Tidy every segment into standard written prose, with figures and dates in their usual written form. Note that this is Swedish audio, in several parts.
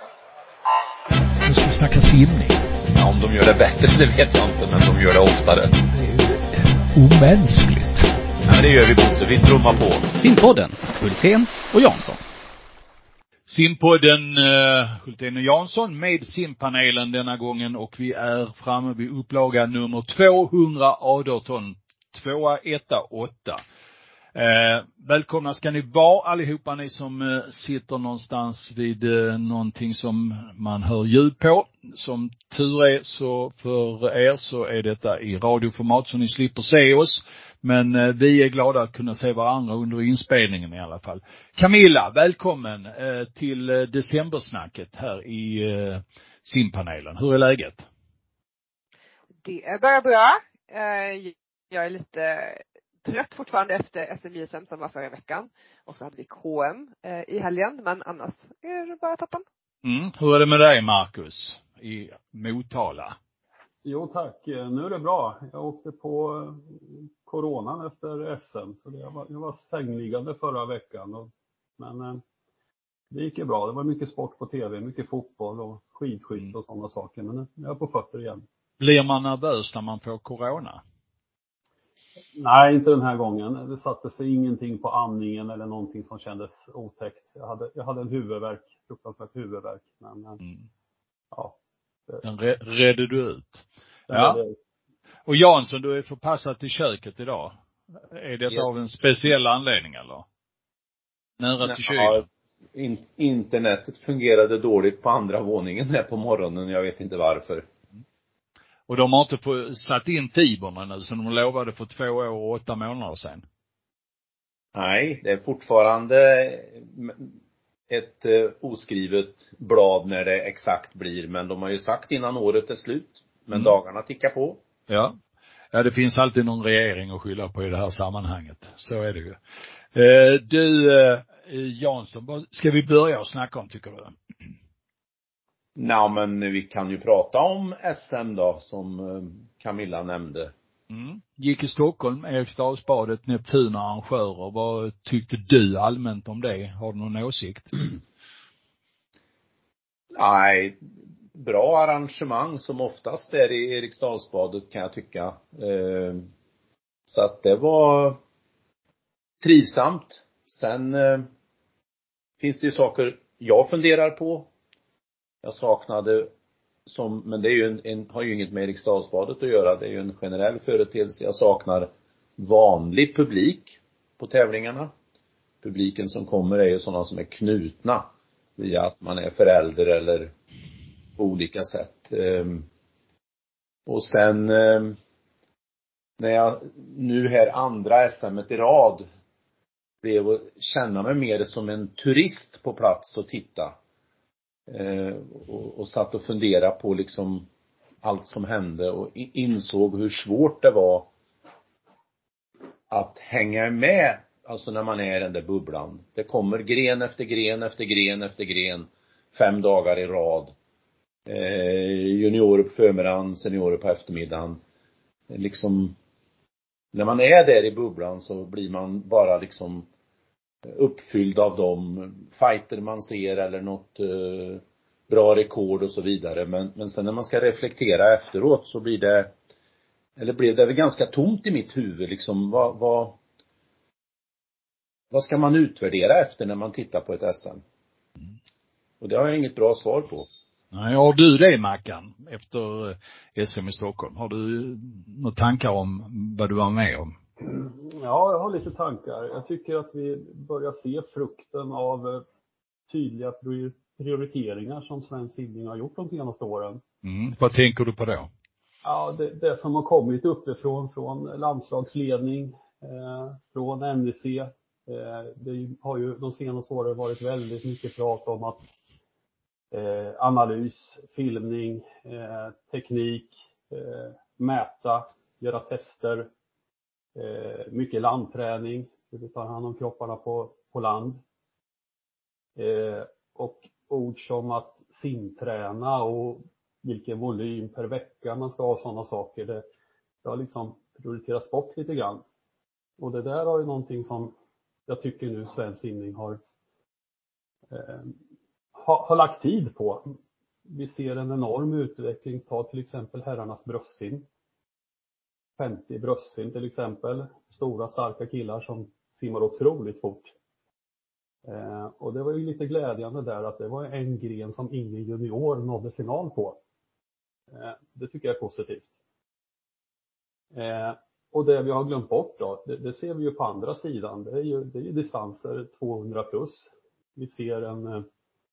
Nu ska vi snacka simning. Ja, om de gör det bättre, det vet jag inte, men de gör det oftare. Det är omänskligt. Ja, men det gör vi, Bosse. Vi trummar på. Simpodden, Hultén och Jansson. Simpodden, Hultén och Jansson med simpanelen denna gången, och vi är framme vid upplaga nummer 218, 218. Välkomna ska ni vara allihopa, ni som sitter någonstans vid någonting som man hör ljud på. Som tur är så för er så är detta i radioformat så ni slipper se oss. Men vi är glada att kunna se varandra under inspelningen i alla fall. Camilla, välkommen till decembersnacket här i simpanelen. Hur är läget? Det är bara bra. Jag är lite trött fortfarande efter SM som var förra veckan. Och så hade vi KM i helgen. Men annars är det bara toppen. Hur är det med dig, Marcus, i Motala? Jo tack, nu är det bra. Jag åkte på coronan efter SM. Så jag var sängliggande förra veckan. Men det gick ju bra. Det var mycket sport på tv, mycket fotboll och skidskytte och sådana saker. Men jag är på fötter igen. Blir man nervös när man får corona? Nej, inte den här gången. Det satte sig ingenting på andningen eller någonting som kändes otäckt. Jag hade en huvudvärk, fruktansvärt huvudvärk. Men ja. Den redde du ut. Ja. Och Jansson, du är förpassad till köket idag. Är det av en speciell anledning eller? Nära till kylen? Ja, internetet fungerade dåligt på andra våningen här på morgonen. Jag vet inte varför. Och de har inte satt in fiberna nu som de lovade för 2 år och 8 månader sedan. Nej, det är fortfarande ett oskrivet blad när det exakt blir. Men de har ju sagt innan året är slut. Men dagarna tickar på. Ja, det finns alltid någon regering att skylla på i det här sammanhanget. Så är det ju. Du, Jansson, vad ska vi börja och snacka om, tycker du? Nej, men vi kan ju prata om SM då, som Camilla nämnde. Gick i Stockholm, Eriksdalsbadet, Neptun arrangörer. Vad tyckte du allmänt om det? Har du någon åsikt? Nej, bra arrangemang som oftast är i Eriksdalsbadet kan jag tycka. Så att det var trivsamt. Sen finns det ju saker jag funderar på. Jag saknade men det är ju har ju inget med Eriksdalsbadet att göra. Det är ju en generell företeelse. Jag saknar vanlig publik på tävlingarna. Publiken som kommer är ju sådana som är knutna via att man är förälder eller på olika sätt. Och sen när jag nu här andra SM:et i rad blev att känna mig mer som en turist på plats och titta. Och satt och fundera på liksom allt som hände och insåg hur svårt det var att hänga med, alltså när man är i den där bubblan. Det kommer gren efter gren efter gren efter gren 5 dagar i rad. Juniorer på förmiddagen, seniorer på eftermiddagen. Liksom när man är där i bubblan så blir man bara liksom uppfylld av de fighter man ser eller något bra rekord och så vidare. Men sen när man ska reflektera efteråt så blev det väl ganska tomt i mitt huvud liksom. Vad ska man utvärdera efter när man tittar på ett SM? Och det har jag inget bra svar på. Nej, har du det, Mackan, efter SM i Stockholm? Har du några tankar om vad du var med om? Ja, jag har lite tankar. Jag tycker att vi börjar se frukten av tydliga prioriteringar som svensk simning har gjort de senaste åren. Vad tänker du på då? Ja, det som har kommit uppifrån, från landslagsledning, från NDC. Det har ju de senaste åren varit väldigt mycket prat om att analys, filmning, teknik, mäta, göra tester, mycket landträning, vi tar hand om kropparna på land, och ord som att simträna och vilken volym per vecka man ska ha, sådana saker, det har liksom prioriterats bort lite grann. Och det där har ju någonting som jag tycker nu svensk simning har lagt tid på. Vi ser en enorm utveckling. Ta till exempel herrarnas bröstsim. 50 bröstsim till exempel. Stora starka killar som simmar otroligt fort. Och det var ju lite glädjande där att det var en gren som ingen junior nådde final på. Det tycker jag är positivt. Och det vi har glömt bort då, det ser vi ju på andra sidan. Det är ju distanser 200 plus. Vi ser en,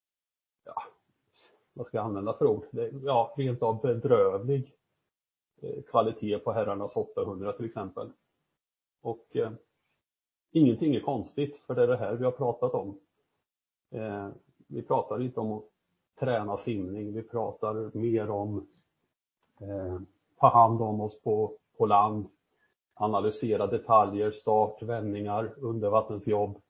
vad ska jag använda för ord? Rent av bedrövlig kvalitet på herrarnas 800 till exempel. Och ingenting är konstigt, för det är det här vi har pratat om. Vi pratar inte om att träna simning, vi pratar mer om ta hand om oss på land, analysera detaljer, start, vändningar, undervattensjobb.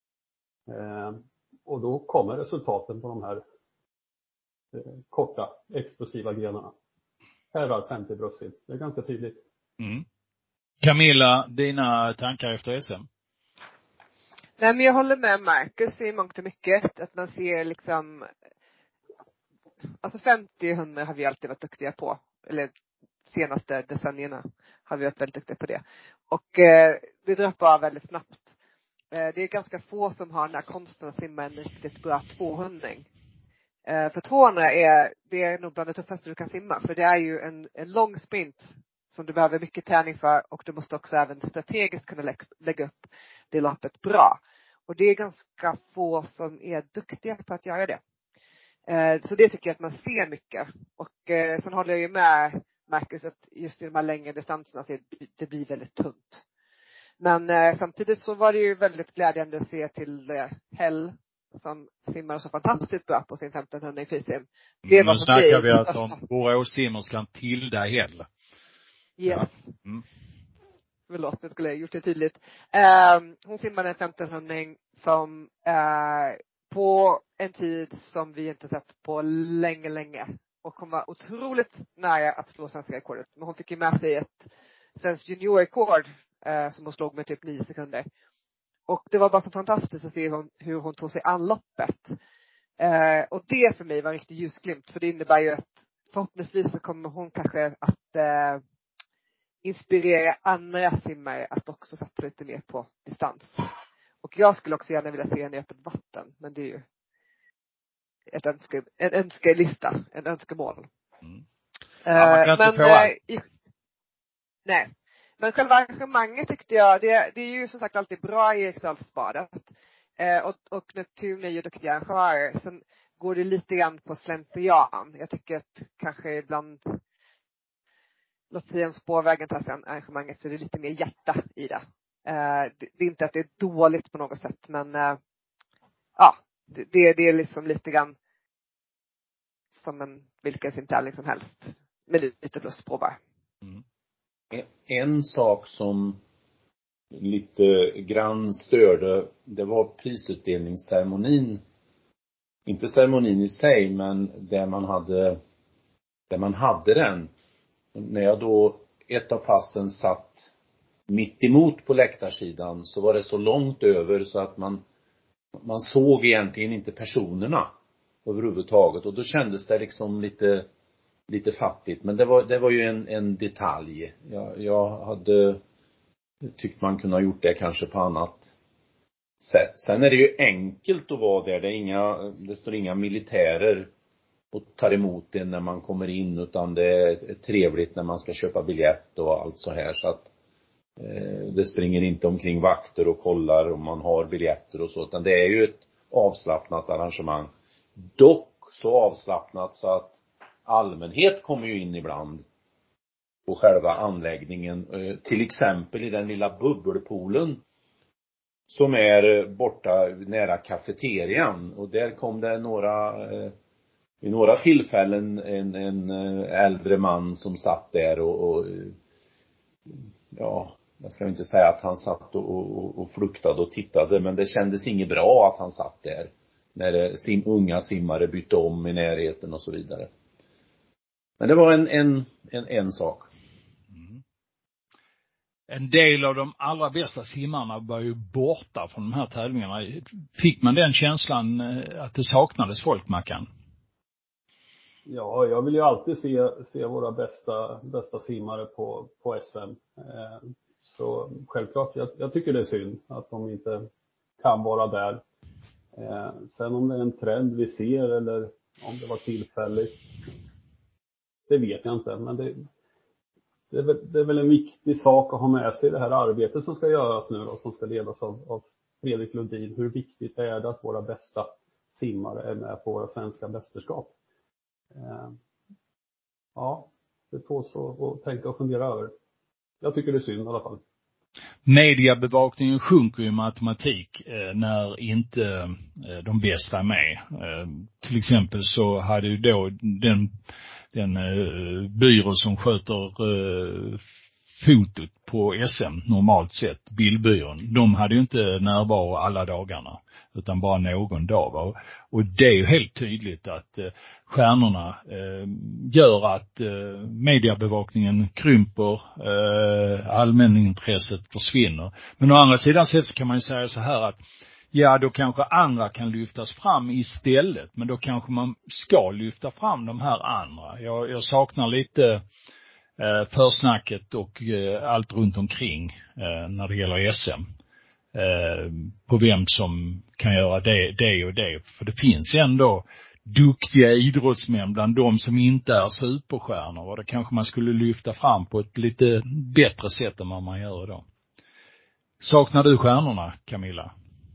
Och då kommer resultaten på de här korta, explosiva grenarna. Herrar 50 bröstsim, det är ganska tydligt. Mm. Camilla, dina tankar efter SM? Nej, men jag håller med Marcus i mångt och mycket. Att man ser liksom, alltså 50-100 har vi alltid varit duktiga på. Eller senaste decennierna har vi varit väldigt duktiga på det. Och det droppar av väldigt snabbt. Det är ganska få som har den här konsten att simma en riktigt bra 200. För 200 det är nog bland det tuffaste du kan simma. För det är ju en lång sprint som du behöver mycket träning för. Och du måste också även strategiskt kunna lägga upp det loppet bra. Och det är ganska få som är duktiga på att göra det. Så det tycker jag att man ser mycket. Och sen håller jag ju med Marcus att just i de här längre distanserna så det blir väldigt tungt. Men samtidigt så var det ju väldigt glädjande att se till Hell som simmar så fantastiskt bra på sin 1500 i frisim. Nu snackar vi alltså om Borås-simmerskan Tilda Hell. Yes. Ja. Förlåt, jag skulle ha gjort det tydligt. Hon simmade en 1500 som på en tid som vi inte sett på länge. Och hon var otroligt nära att slå svenska rekordet. Men hon fick ju med sig ett svenskt juniorrekord som hon slog med typ 9 sekunder. Och det var bara så fantastiskt att se hur hon tog sig an loppet. Och det för mig var en riktig ljusglimt. För det innebär ju att förhoppningsvis så kommer hon kanske att inspirera andra simmare att också satsa lite mer på distans. Och jag skulle också gärna vilja se henne i öppet vatten. Men det är ju en önskelista, en önskemål. Ja, man kan inte få allt. Nej. Men själva arrangemanget tyckte jag, det är ju som sagt alltid bra i Eriksdalsbadet. Och Neptun är ju duktiga arrangörer. Sen går det lite grann på slentrian. Jag tycker att kanske ibland, låt säga en spårvägen tar sen arrangemanget, så är det lite mer hjärta i det. Det är inte att det är dåligt på något sätt, men det är liksom lite grann som vilken simtävling som helst. Med lite lust på bara. En sak som lite grann störde, det var prisutdelningsceremonin. Inte ceremonin i sig, men där man hade den. När jag då ett av passen satt mitt emot på läktarsidan, så var det så långt över så att man såg egentligen inte personerna överhuvudtaget. Och då kändes det liksom lite fattigt. Men det var ju en detalj. Jag hade tyckt man kunde ha gjort det kanske på annat sätt. Sen är det ju enkelt att vara där. Det står inga militärer och tar emot det när man kommer in, utan det är trevligt när man ska köpa biljett och allt så här. Så att det springer inte omkring vakter och kollar om man har biljetter och så, utan det är ju ett avslappnat arrangemang. Dock så avslappnat så att allmänhet kommer ju in ibland på själva anläggningen. Till exempel i den lilla bubbelpoolen som är borta nära kafeterian. Och där kom det vid några tillfällen en äldre man som satt där och jag ska inte säga att han satt och fluktade och tittade, men det kändes inget bra att han satt där när unga simmare bytte om i närheten och så vidare. Men det var en sak. en del av de allra bästa simmarna var ju borta från de här tävlingarna. Fick man den känslan att det saknades folk, Mackan? Ja, jag vill ju alltid se våra bästa simmare på SM. Så självklart, jag tycker det är synd att de inte kan vara där. Sen om det är en trend vi ser eller om det var tillfälligt, det vet jag inte. Men det är väl en viktig sak att ha med sig i det här arbetet som ska göras nu då, som ska ledas av Fredrik Lundin. Hur viktigt är det att våra bästa simmare är med på våra svenska mästerskap? Ja, det tåls att tänka och fundera över. Jag tycker det är synd i alla fall. Mediabevakningen sjunker ju med automatik när inte de bästa är med. Till exempel så hade ju då den byrå som sköter fotot på SM normalt sett, bildbyrån, de hade ju inte närvaro alla dagarna utan bara någon dag. Va? Och det är ju helt tydligt att stjärnorna gör att mediebevakningen krymper, allmänintresset försvinner. Men å andra sidan sett så kan man ju säga så här att ja, då kanske andra kan lyftas fram istället, men då kanske man ska lyfta fram de här andra. Jag saknar lite försnacket och allt runt omkring när det gäller SM. På vem som kan göra det och det. För det finns ändå duktiga idrottsmän bland de som inte är superstjärnor. Och det kanske man skulle lyfta fram på ett lite bättre sätt än vad man gör idag. Saknar du stjärnorna, Camilla?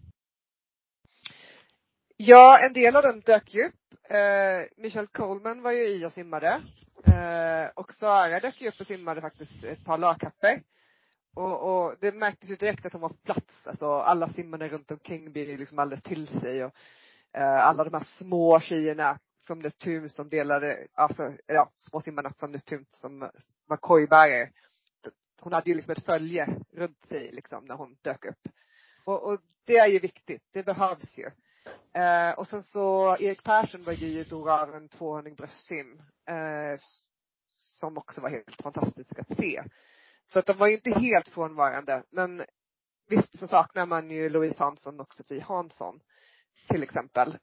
Ja, en del av dem dök ju upp. Michelle Coleman var ju i och simmade. Och Sara dök ju upp och simmade faktiskt ett par lagkapper. Och det märktes ju direkt att hon var på plats. Alltså alla simmarna runt omkring blir liksom alldeles till sig. Och alla de här små tjejerna från Neptun som delade, alltså ja, små simmarna från Neptun som var kojbärare. Hon hade ju liksom ett följe runt sig liksom när hon dök upp. Och det är ju viktigt, det behövs ju. Och sen så Erik Persson var ju drog av en 200 bröstsim som också var helt fantastisk att se. Så att de var ju inte helt frånvarande. Men visst så saknar man ju Louise Hansson och Sofie Hansson till exempel.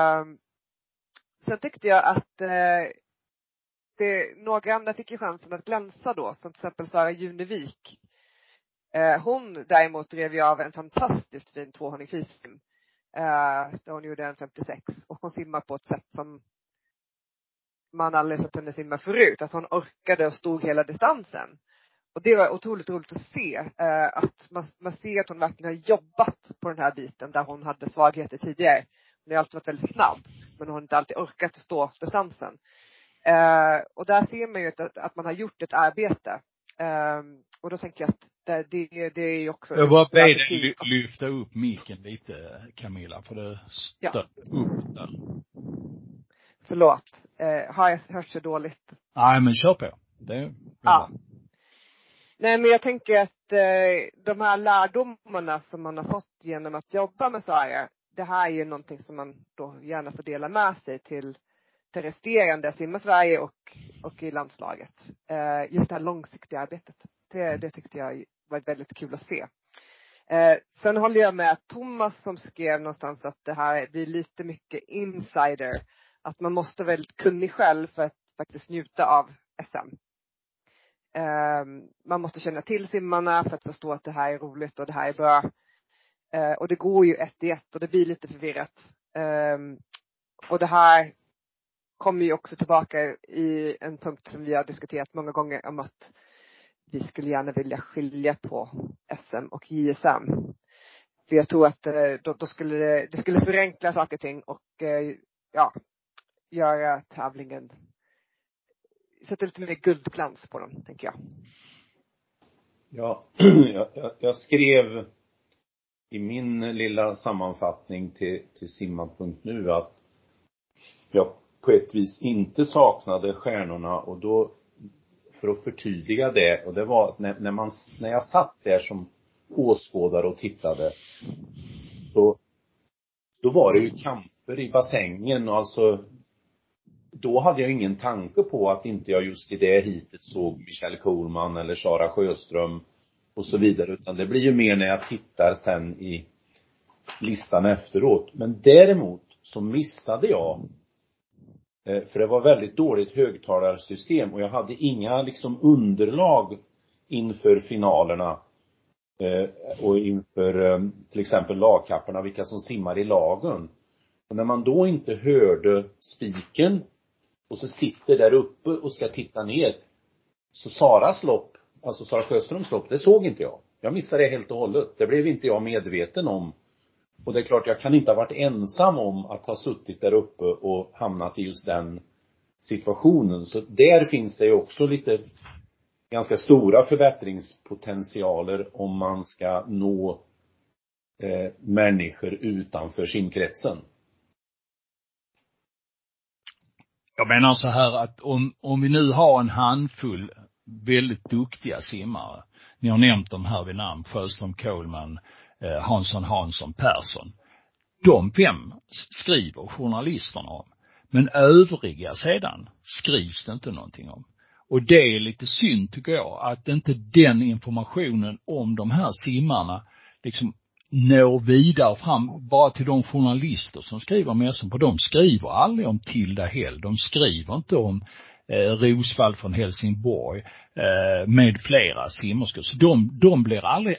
Sen tyckte jag att några andra fick ju chansen att glänsa då. Som till exempel Sara Junevik. Hon däremot drev ju av en fantastiskt fin 200 frisim. Där hon gjorde en 56. Och hon simmar på ett sätt som man aldrig sett henne simma förut. Att hon orkade och stod hela distansen. Och det var otroligt roligt att se. Att man ser att hon verkligen har jobbat på den här biten. Där hon hade svagheter tidigare. Hon har alltid varit väldigt snabb. Men hon har inte alltid orkat stå distansen. Och där ser man ju att man har gjort ett arbete. Och då tänker jag att det är ju också... Jag bara ber dig lyfta upp micken lite, Camilla. För det stöter upp där. Förlåt. Har jag hört så dåligt? Nej, men kör på. Det är ja. Nej, men jag tänker att de här lärdomarna som man har fått genom att jobba med Sverige, det här är ju någonting som man då gärna får dela med sig till det resterande simma Sverige och i landslaget. Just det här långsiktiga arbetet. Det tyckte jag var väldigt kul att se. Sen håller jag med Thomas som skrev någonstans att det här blir lite mycket insider. Att man måste vara väldigt kunnig själv för att faktiskt njuta av SM. Man måste känna till simmarna för att förstå att det här är roligt och det här är bra. Och det går ju 1-1 och det blir lite förvirrat. Och det här kommer ju också tillbaka i en punkt som vi har diskuterat många gånger om att vi skulle gärna vilja skilja på SM och JSM. För jag tror att då skulle det skulle förenkla saker och ting och göra tävlingen, sätta lite mer guldglans på den, tänker jag. Ja, jag skrev i min lilla sammanfattning till simma.nu att jag på ett vis inte saknade stjärnorna, och då för att förtydliga det, och det var när jag satt där som åskådare och tittade, då var det ju kamper i bassängen, och alltså då hade jag ingen tanke på att inte jag just i det hitet såg Michelle Coleman eller Sara Sjöström och så vidare, utan det blir ju mer när jag tittar sen i listan efteråt. Men däremot så missade jag, för det var väldigt dåligt högtalarsystem och jag hade inga liksom underlag inför finalerna och inför till exempel lagkapparna, vilka som simmar i lagen. Och när man då inte hörde spiken och så sitter där uppe och ska titta ner, så Saras lopp, alltså Sara Sjöströms lopp, det såg inte jag. Jag missade det helt och hållet. Det blev inte jag medveten om. Och det är klart, jag kan inte ha varit ensam om att ha suttit där uppe och hamnat i just den situationen. Så där finns det ju också lite ganska stora förbättringspotentialer om man ska nå människor utanför simkretsen. Jag menar så här att om vi nu har en handfull väldigt duktiga simmare, ni har nämnt dem här vid namn, Sjöström, Kohlman, Hansson, Persson. De 5 skriver journalisterna om. Men övriga sedan skrivs det inte någonting om. Och det är lite synd, tycker jag, att inte den informationen om de här simmarna liksom når vidare fram bara till de journalister som skriver om SM. För de skriver aldrig om Tilda Hell. De skriver inte om Rosvall från Helsingborg med flera simmerskor. Så de blir aldrig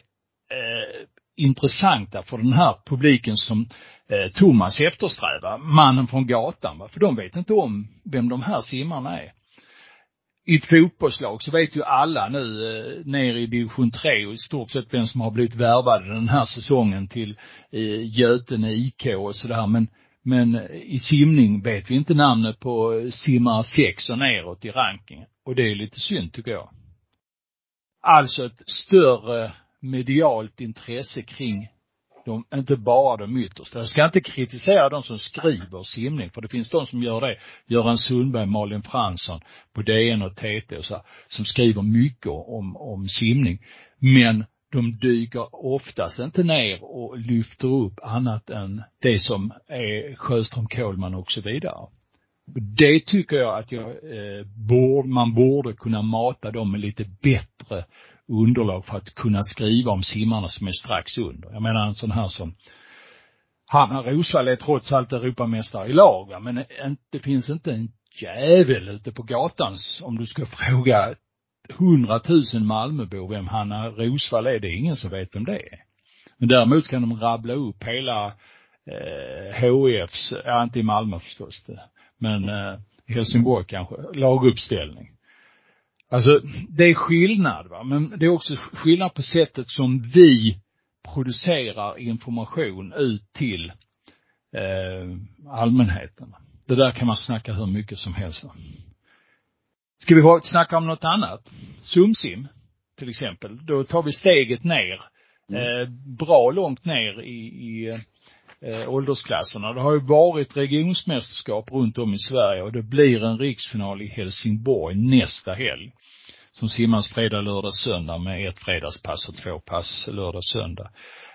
intressanta för den här publiken som Thomas eftersträvar, mannen från gatan. Va? För de vet inte om vem de här simmarna är. I ett fotbollslag så vet ju alla nu ner i division 3 och i stort sett vem som har blivit värvade den här säsongen till Götene IK och sådär. Men i simning vet vi inte namnet på simmar 6 och neråt i rankingen. Och det är lite synd, tycker jag. Alltså ett större medialt intresse kring inte bara de yttersta. Jag ska inte kritisera de som skriver simning, för det finns de som gör det. Göran Sundberg, Malin Fransson på DN och TT och så, som skriver mycket om simning. Men de dyker oftast inte ner och lyfter upp annat än det som är Sjöström, Kohlman och så vidare. Det tycker jag att man borde kunna mata dem med lite bättre underlag för att kunna skriva om simmarna som är strax under. Jag menar en sån här som Hanna Rosvall är trots allt Europamästare i lag, va? Men det finns inte en jävel ute på gatan om du ska fråga 100 000 Malmöbor vem Hanna Rosvall är. Det är ingen som vet vem det är. Men däremot kan de rabbla upp hela HIFs, inte i Malmö förstås det, men Helsingborg kanske, laguppställning. Alltså det är skillnad, va, men det är också skillnad på sättet som vi producerar information ut till allmänheten. Det där kan man snacka hur mycket som helst. Ska vi snacka om något annat? Sumsim till exempel. Då tar vi steget ner, bra långt ner i åldersklasserna. Det har ju varit regionsmästerskap runt om i Sverige och det blir en riksfinal i Helsingborg nästa helg. Som simmas fredag, lördag, söndag med ett fredagspass och 2 pass lördag, söndag.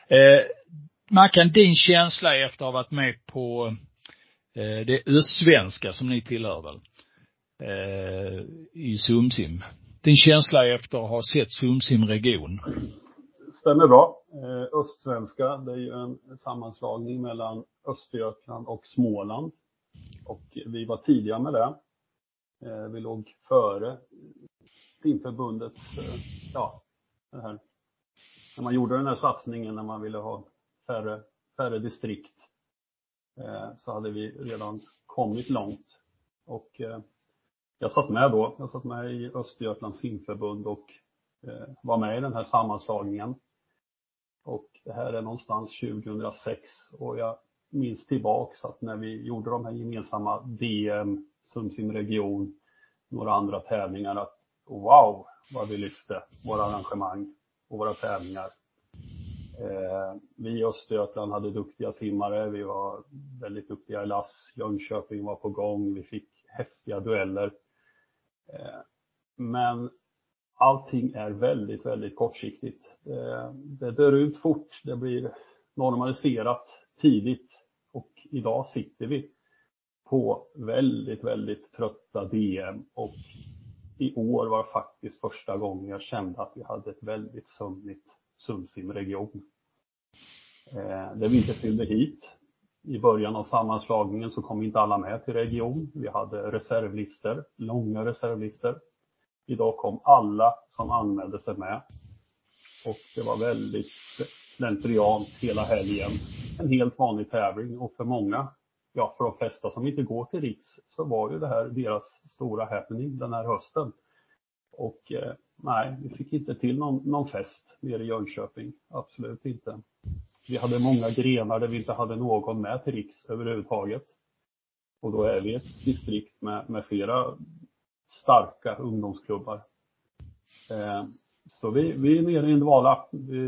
Mackan, din känsla efter att ha varit med på det östsvenska som ni tillhör väl i Sumsim. Din känsla efter att ha sett Sumsim-region? Stämmer bra. Östsvenska, det är ju en sammanslagning mellan Östergötland och Småland. Och vi var tidiga med det. Vi låg före simförbundets, det här. När man gjorde den här satsningen, när man ville ha färre distrikt, så hade vi redan kommit långt. Och jag satt med då. Jag satt med i Östergötlands simförbund och var med i den här sammanslagningen. Och det här är någonstans 2006 och jag minns tillbaks att när vi gjorde de här gemensamma DM, Sumsim-region, några andra tävlingar, att wow vad vi lyfte våra arrangemang och våra tävlingar. Vi i Östergötland hade duktiga simmare, vi var väldigt duktiga i lass, Jönköping var på gång, vi fick häftiga dueller. Men allting är väldigt, väldigt kortsiktigt. Det dör ut fort, det blir normaliserat tidigt och idag sitter vi på väldigt, väldigt trötta DM och i år var faktiskt första gången jag kände att vi hade ett väldigt sömnigt SumSim-region. Där vi inte fyllde hit. I början av sammanslagningen så kom inte alla med till region. Vi hade reservlister, långa reservlister. Idag kom alla som anmälde sig med. Och det var väldigt slentriant hela helgen. En helt vanlig tävling, och för många, ja för de flesta som inte går till Riks, så var ju det här deras stora happening den här hösten. Och nej, vi fick inte till någon fest nere i Jönköping. Absolut inte. Vi hade många grenar där vi inte hade någon med till Riks överhuvudtaget. Och då är vi ett distrikt med flera starka ungdomsklubbar. Så vi är nere i en dvala.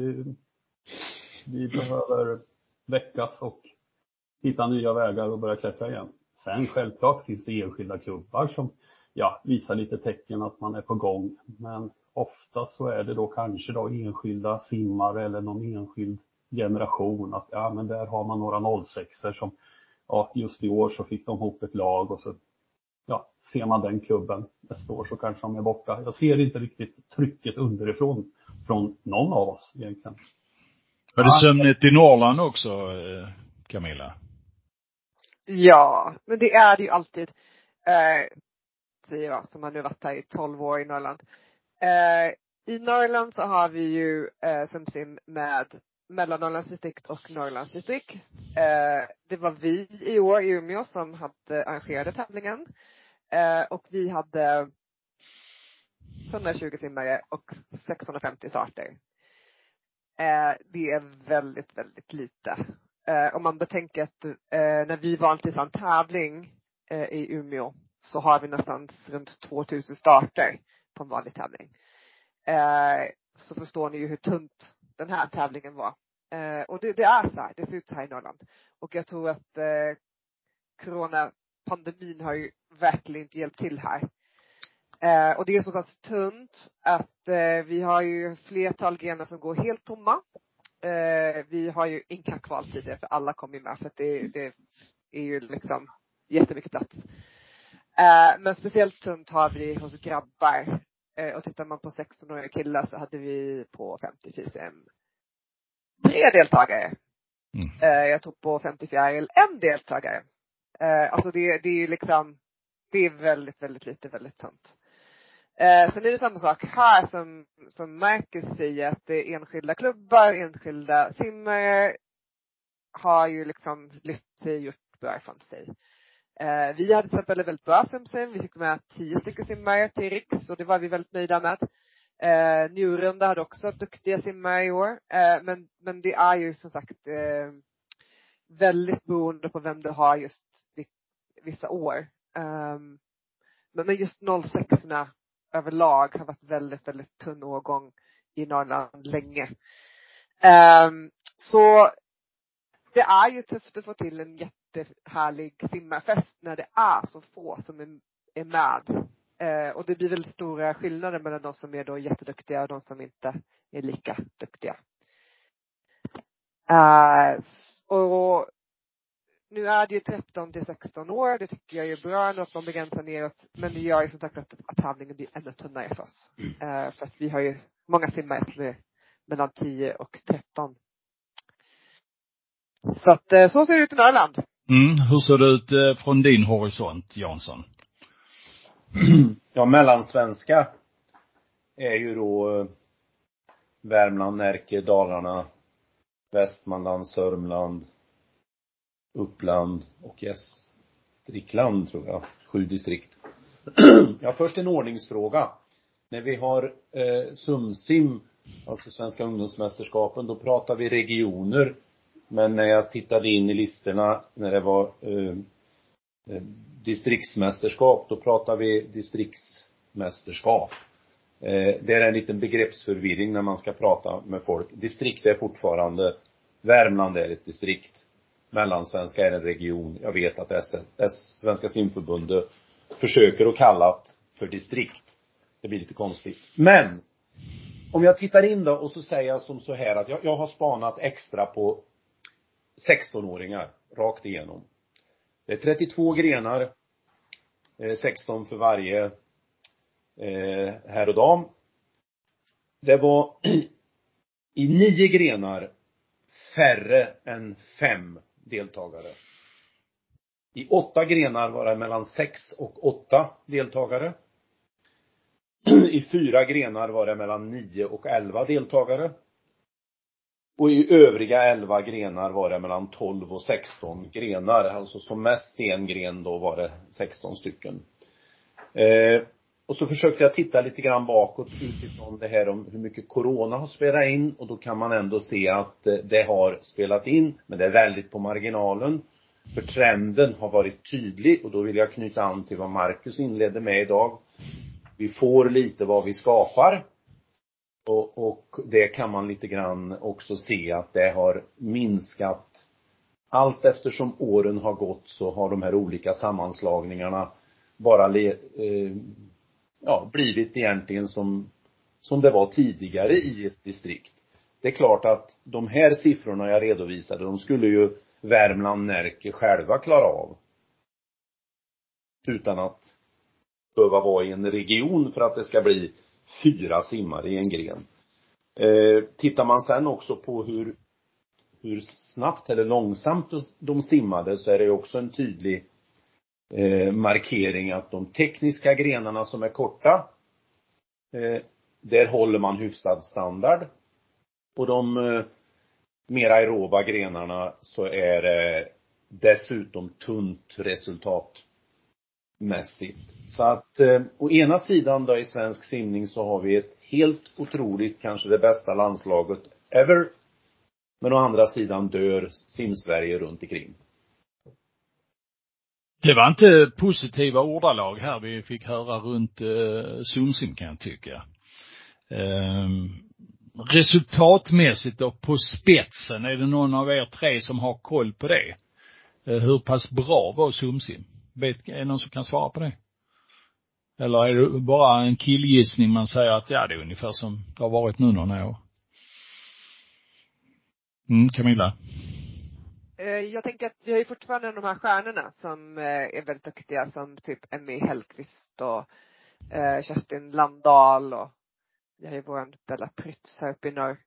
Vi behöver väckas och hitta nya vägar och börja klättra igen. Sen självklart finns det enskilda klubbar som visar lite tecken att man är på gång. Men ofta så är det då kanske då enskilda simmare eller någon enskild generation. Att men där har man några 06-er som just i år så fick de ihop ett lag, och så ser man den klubben nästa år så kanske de är borta. Jag ser inte riktigt trycket underifrån från någon av oss egentligen. Var det sömnigt i Norrland också, Camilla? Ja, men det är det ju alltid. Säger jag som har nu varit här i 12 år i Norrland. I Norrland så har vi ju SumSim med Mellannorrlands distrikt och Norrlands distrikt. Det var vi i år i Umeå som hade arrangerade tävlingen. Och vi hade 120 simmare och 650 starter. Det är väldigt, väldigt lite. Om man betänker att när vi vanligtvis har en tävling i Umeå så har vi nästan runt 2000 starter på en vanlig tävling. Så förstår ni ju hur tunt den här tävlingen var. Och det är så här, det ser ut så här i Norrland. Och jag tror att coronapandemin har ju verkligen inte hjälpt till här. Och det är så pass tunt att vi har ju flertal grenar som går helt tomma. Vi har ju inga kvaltider för alla kommer med, för att det är ju liksom jättemycket plats. Men speciellt tunt har vi hos grabbar. Och tittar man på 16-åriga killar så hade vi på 50 FISM 3 deltagare. Jag tog på 50 fjäril 1 deltagare. Alltså det är ju liksom, det är väldigt, väldigt lite, väldigt tunt. Sen är det samma sak här som Marcus säger, att det är enskilda klubbar, enskilda simmare har ju liksom lyft sig, gjort bra ifrån sig. Vi hade till exempel väldigt bra SumSim. Vi fick med 10 stycken simmare till Riks och det var vi väldigt nöjda med. Njurunda hade också duktiga simmare i år. Men det är ju som sagt väldigt beroende på vem du har just vissa år. Men just 06-orna överlag har varit väldigt, väldigt tunn årgång i Norrland länge. Så det är ju tufft att få till en jättehärlig simmarfest när det är så få som är med. Och det blir väldigt stora skillnader mellan de som är då jätteduktiga och de som inte är lika duktiga. Och nu är det ju 13 till 16 år. Det tycker jag är bra att man begränsar neråt. Men det gör ju som sagt att tävlingen blir ännu tunnare för oss. För att vi har ju många simmare som är mellan 10 och 13. Så att så ser det ut i Norrland. Hur ser det ut från din horisont, Jansson? Ja, mellansvenska är ju då Värmland, Närke, Dalarna, Västmanland, Sörmland, Uppland och Gästrikland tror jag. 7 distrikt. Ja, först en ordningsfråga. När vi har SumSim, alltså Svenska ungdomsmästerskapen, då pratar vi regioner. Men när jag tittade in i listorna när det var distriktsmästerskap, då pratar vi distriktsmästerskap. Det är en liten begreppsförvirring när man ska prata med folk. Distrikt är fortfarande, Värmland är ett distrikt. Mellansvenska är en region. Jag vet att Svenska simförbundet försöker att kalla det för distrikt. Det blir lite konstigt. Men om jag tittar in då och så säger jag som så här att jag har spanat extra på 16-åringar rakt igenom. Det är 32 grenar, 16 för varje herr och dam. Det var i 9 grenar färre än 5 deltagare. I 8 grenar var det mellan 6 och 8 deltagare. I 4 grenar var det mellan 9 och 11 deltagare. Och i övriga 11 grenar var det mellan 12 och 16 grenar. Alltså som mest i en gren då var det 16 stycken. Och så försökte jag titta lite grann bakåt utifrån det här om hur mycket corona har spelat in. Och då kan man ändå se att det har spelat in, men det är väldigt på marginalen. För trenden har varit tydlig, och då vill jag knyta an till vad Marcus inledde med idag. Vi får lite vad vi skapar. Och det kan man lite grann också se att det har minskat. Allt eftersom åren har gått så har de här olika sammanslagningarna bara blivit egentligen som det var tidigare i ett distrikt. Det är klart att de här siffrorna jag redovisade, de skulle ju Värmland Närke själva klara av. Utan att behöva vara i en region för att det ska bli 4 simmare i en gren. Tittar man sen också på hur snabbt eller långsamt de simmade, så är det också en tydlig markering att de tekniska grenarna som är korta, där håller man hyfsad standard. Och de mer aeroba grenarna så är det dessutom tunt resultatmässigt. Så att å ena sidan då i svensk simning så har vi ett helt otroligt, kanske det bästa landslaget ever. Men å andra sidan dör Simsverige runt omkring. Det var inte positiva ordalag här vi fick höra runt Sumsim, kan jag tycka. Resultatmässigt och på spetsen, är det någon av er 3 som har koll på det? Hur pass bra var Sumsim? Är det någon som kan svara på det? Eller är det bara en killgissning man säger att ja, det är ungefär som det har varit nu några år? Camilla? Jag tänker att vi har ju fortfarande de här stjärnorna som är väldigt duktiga, som typ Emmy Hellqvist och Kerstin Landahl, och vi har ju våran Bella Prytz här uppe i norr.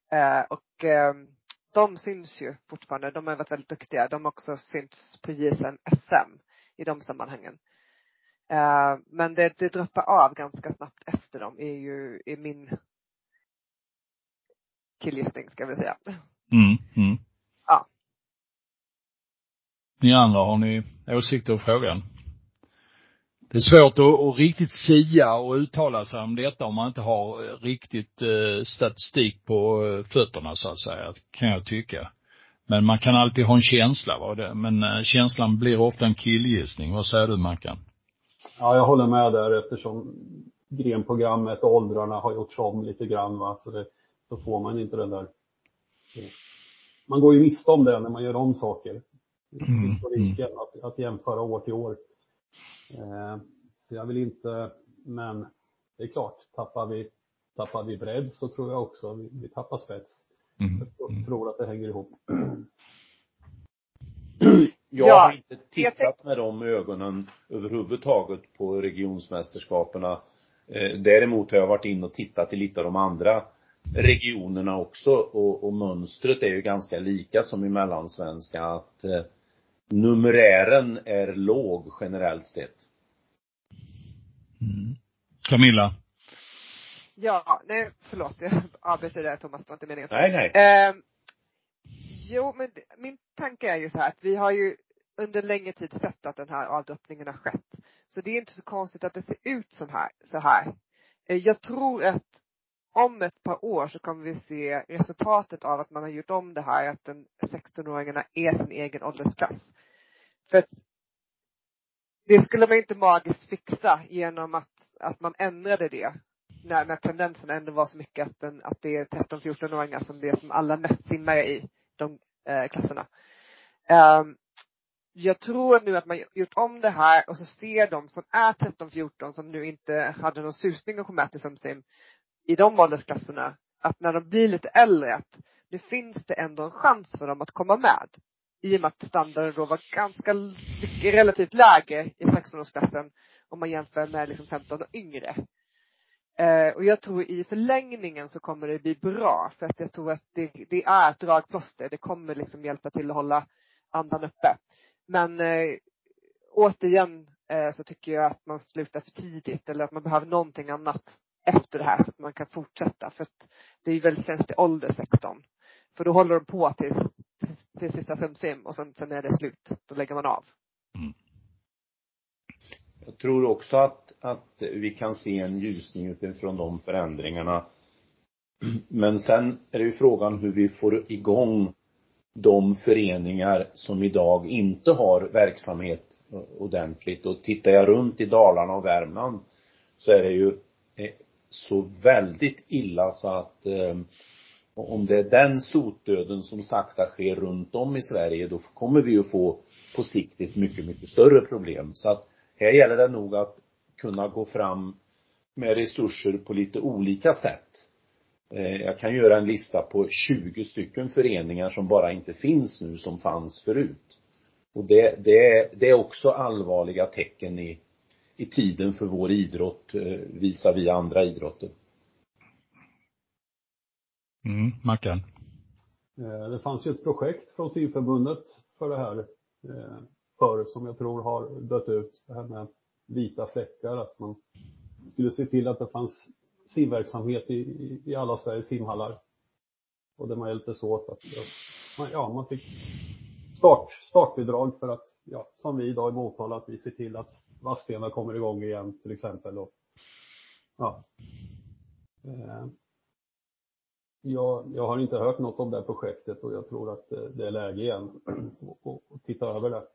De syns ju fortfarande. De har varit väldigt duktiga. De har också synts på JSM SM i de sammanhangen. Men det droppar av ganska snabbt efter dem är min killgissning, ska vi säga. Ja. Ni andra, har ni åsikter på frågan? Det är svårt att riktigt sia och uttala sig om detta om man inte har riktigt statistik på fötterna, så att säga, kan jag tycka. Men man kan alltid ha en känsla, men känslan blir ofta en killgissning. Vad säger du, Mackan? Ja, jag håller med där, eftersom grenprogrammet och åldrarna har gjorts om lite grann, va? Så får man inte den där. Man går ju miste om det när man gör om saker. Historiken, att jämföra år till år. Så jag vill inte, men det är klart, tappar vi bredd så tror jag också vi tappar spets. Jag tror att det hänger ihop. Jag har inte tittat med de ögonen överhuvudtaget på regionsmästerskaperna. Däremot har jag varit in och tittat i lite av de andra regionerna också, och mönstret är ju ganska lika som i mellansvenska, att numerären är låg generellt sett. Camilla? Ja, nej, förlåt, jag avbryter där, Thomas, det var inte meningen. Nej. Jo, men min tanke är ju så här, att vi har ju under längre tid sett att den här avdroppningen har skett. Så det är inte så konstigt att det ser ut så här. Jag tror att om ett par år så kommer vi se resultatet av att man har gjort om det här, att 16-åringarna är sin egen åldersklass. För att det skulle man inte magiskt fixa genom att man ändrade det. När tendensen ändå var så mycket att det är 13-14-åringar som det är som alla mest simmare i de klasserna. Jag tror nu att man gjort om det här, och så ser de som är 13-14 som nu inte hade någon susning att komma till som sim i de åldersklasserna, att när de blir lite äldre, att nu finns det ändå en chans för dem att komma med. I och med att standarden då var ganska relativt lägre i 16-årsklassen om man jämför med liksom 15 och yngre. Och jag tror i förlängningen så kommer det bli bra. För att jag tror att det är ett dragplåster. Det kommer liksom hjälpa till att hålla andan uppe. Men återigen så tycker jag att man slutar för tidigt. Eller att man behöver någonting annat efter det här. Så att man kan fortsätta. För att det är väldigt känslig ålder 16. För då håller de på till sista simsim. Och sen är det slut. Då lägger man av. Mm. Jag tror också att vi kan se en ljusning utifrån de förändringarna. Men sen är det ju frågan hur vi får igång de föreningar som idag inte har verksamhet ordentligt. Och tittar jag runt i Dalarna och Värmland så är det ju så väldigt illa så att om det är den sotdöden som sakta sker runt om i Sverige, då kommer vi ju få på sikt ett mycket, mycket större problem. Så att här gäller det nog att kunna gå fram med resurser på lite olika sätt. Jag kan göra en lista på 20 stycken föreningar som bara inte finns nu som fanns förut. Och det är också allvarliga tecken i tiden för vår idrott visar vi andra idrotter. Mackan. Det fanns ju ett projekt från simförbundet för det här förr som jag tror har dött ut. Det här med vita fläckar. Att man skulle se till att det fanns simverksamhet i alla Sveriges simhallar. Och det man hjälptes åt att man fick startbidrag för att, som vi idag i Motala, att vi ser till att Vadstena kommer igång igen till exempel. Och, jag har inte hört något om det projektet och jag tror att det är läge igen och titta över det.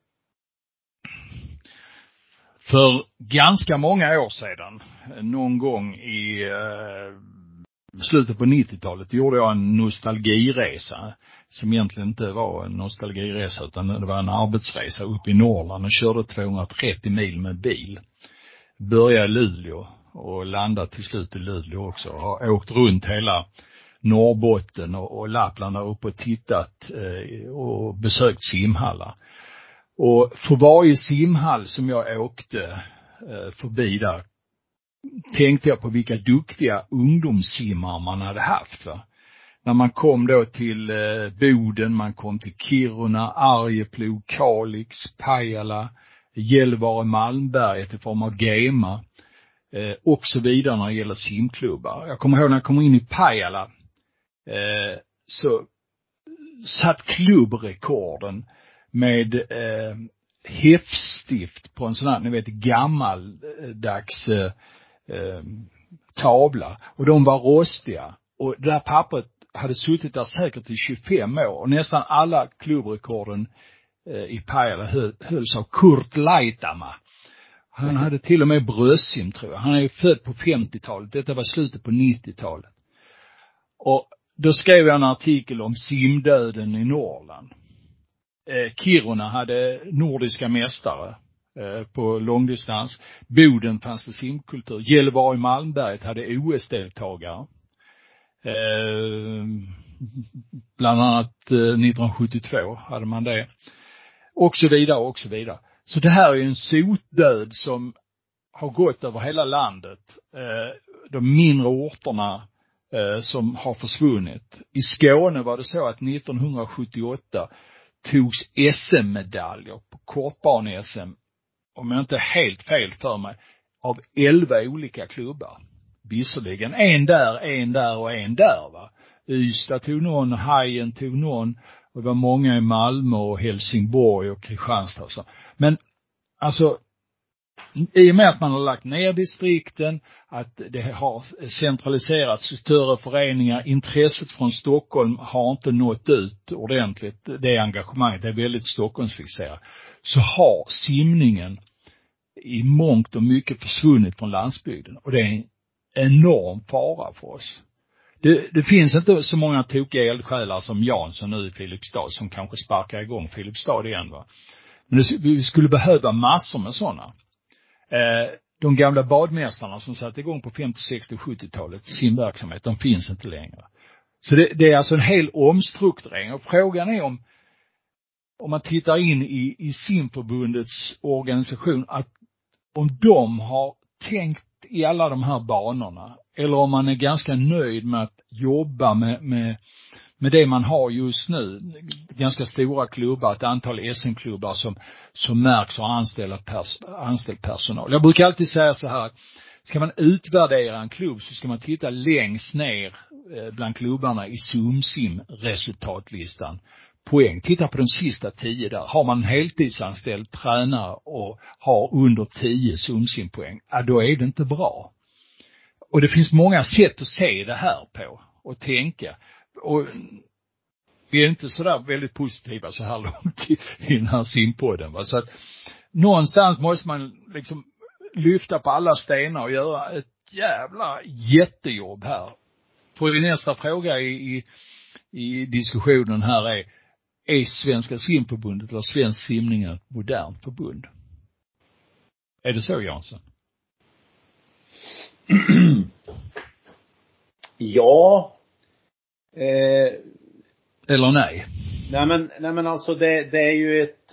För ganska många år sedan, någon gång i slutet på 90-talet, gjorde jag en nostalgiresa som egentligen inte var en nostalgiresa utan det var en arbetsresa upp i Norrland och körde 230 mil med bil. Började i Luleå och landade till slut i Luleå också. Har åkt runt hela Norrbotten och Lappland och upp och tittat och besökt simhallar. Och för varje simhall som jag åkte förbi där tänkte jag på vilka duktiga ungdomssimmare man hade haft. Va? När man kom då till Boden, man kom till Kiruna, Arjeplog, Kalix, Pajala, Gällivare, Malmberget i form av Gema och så vidare när det gäller simklubbar. Jag kommer ihåg när jag kom in i Pajala så satt klubbrekorden med häftstift på en sån här, ni vet, gammaldags tavla. Och de var rostiga. Och det där pappret hade suttit där säkert i 25 år. Och nästan alla klubbrekorden i Pajala hölls av Kurt Laitama. Han hade till och med bröstsim, tror jag. Han är ju född på 50-talet. Detta var slutet på 90-talet. Och då skrev jag en artikel om simdöden i Norrland. Kiruna hade nordiska mästare på långdistans. Boden fanns det simkultur. Gällivare i Malmberget hade OS-deltagare. Bland annat 1972 hade man det. Och så vidare och så vidare. Så det här är en sotdöd som har gått över hela landet. De mindre orterna som har försvunnit. I Skåne var det så att 1978 togs SM-medaljer på kortbane-SM, om jag inte helt fel för mig, av 11 olika klubbar. Visserligen en där och en där, va. Ystad tog någon, Hajen tog någon, och det var många i Malmö och Helsingborg och Kristianstad och så. Men alltså, i och med att man har lagt ner distrikten, att det har centraliserats i större föreningar, intresset från Stockholm har inte nått ut ordentligt, det engagemanget är väldigt Stockholmsfixerat, så har simningen i mångt och mycket försvunnit från landsbygden. Och det är en enorm fara för oss. Det finns inte så många tokiga eldsjälar som Jansson nu i Filipstad som kanske sparkar igång Filipstad igen, va. Men vi skulle behöva massor med sådana. De gamla badmästarna som satt igång på 50-, 60-, 70-talet simverksamhet, de finns inte längre. Så det är alltså en hel omstrukturering. Och frågan är om man tittar in i simförbundets organisation, att om de har tänkt i alla de här banorna. Eller om man är ganska nöjd med att jobba med det man har just nu. Ganska stora klubbar, ett antal SM-klubbar som märks har anställd personal. Jag brukar alltid säga så här, ska man utvärdera en klubb så ska man titta längst ner bland klubbarna i SumSim-resultatlistan. Poäng. Titta på de sista 10 där. Har man en heltidsanställd tränare och har under 10 SumSim-poäng, då är det inte bra. Och det finns många sätt att se det här på och tänka. Och vi är inte sådär väldigt positiva så här långt i den här simpodden. Va? Så att någonstans måste man liksom lyfta på alla stenar och göra ett jävla jättejobb här. För nästa fråga i diskussionen här är Svenska simförbundet eller Svensk simning ett modernt förbund? Är det så, Jansson? Ja. Eller nej? Nej men alltså det är ju ett